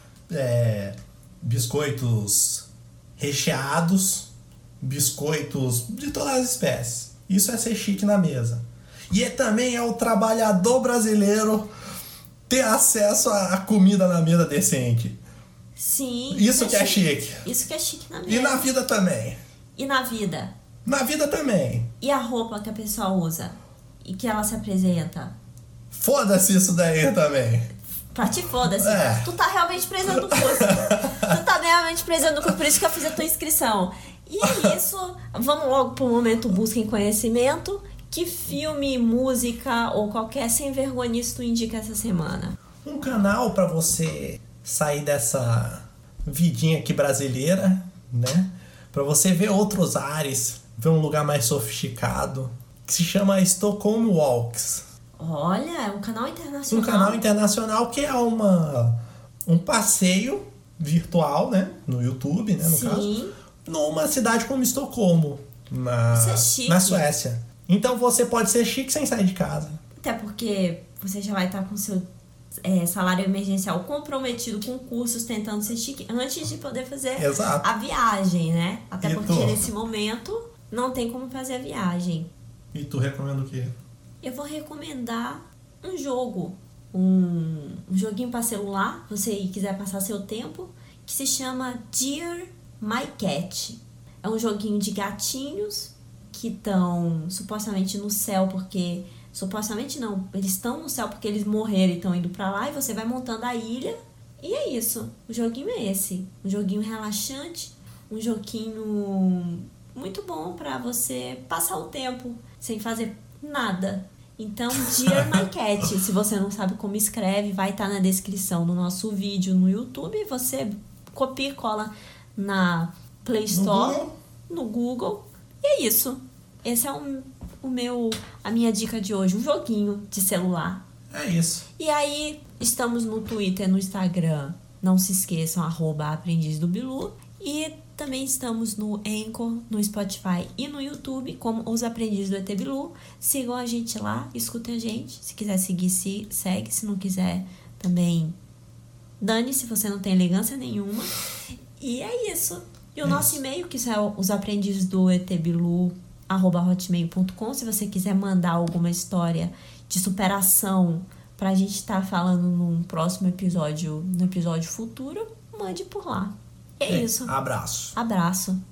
biscoitos recheados, biscoitos de todas as espécies. Isso é ser chique na mesa. E também é o trabalhador brasileiro ter acesso a comida na mesa decente. Sim. Isso que é chique. Isso que é chique na mesa. E na vida também. E na vida? Na vida também. E a roupa que a pessoa usa? E que ela se apresenta? Foda-se isso daí também. Pra ti, foda-se. Tu tá realmente precisando do curso. Por isso que eu fiz a tua inscrição. E é isso. Vamos logo pro momento busca em conhecimento. Que filme, música ou qualquer sem vergonhice tu indica essa semana? Um canal pra você sair dessa vidinha aqui brasileira, né? Pra você ver outros ares, ver um lugar mais sofisticado, que se chama Stockholm Walks. Olha, é um canal internacional. Um canal internacional que é um passeio virtual, né? No YouTube, né? No caso. Numa cidade como Estocolmo, na Suécia. Então você pode ser chique sem sair de casa. Até porque você já vai estar com seu salário emergencial comprometido com cursos tentando ser chique antes de poder fazer a viagem, né? Até porque nesse momento não tem como fazer a viagem. E tu recomenda o quê? Eu vou recomendar um jogo, um joguinho para celular, se você quiser passar seu tempo, que se chama Dear My Cat. É um joguinho de gatinhos que estão supostamente no céu, porque... Supostamente não, eles estão no céu porque eles morreram e estão indo pra lá, e você vai montando a ilha, e é isso. O joguinho é esse, um joguinho relaxante, um joguinho muito bom pra você passar o tempo sem fazer nada. Então, Dear My Cat, se você não sabe como escreve, vai estar na descrição do nosso vídeo no YouTube. Você copia e cola na Play Store, no Google. E é isso. Esse é a minha dica de hoje, um joguinho de celular. É isso. E aí, estamos no Twitter, no Instagram. Não se esqueçam, @AprendizDoBilu. E também estamos no Anchor, no Spotify e no YouTube, como Os Aprendizes do ET Bilu. Sigam a gente lá, escutem a gente. Se quiser seguir, segue. Se não quiser, também dane-se, você não tem elegância nenhuma. E é isso. E o nosso e-mail, que é Os Aprendizes do ET Bilu, @hotmail.com. Se você quiser mandar alguma história de superação pra gente estar falando num próximo episódio, no episódio futuro, mande por lá. É isso. Abraço. Abraço.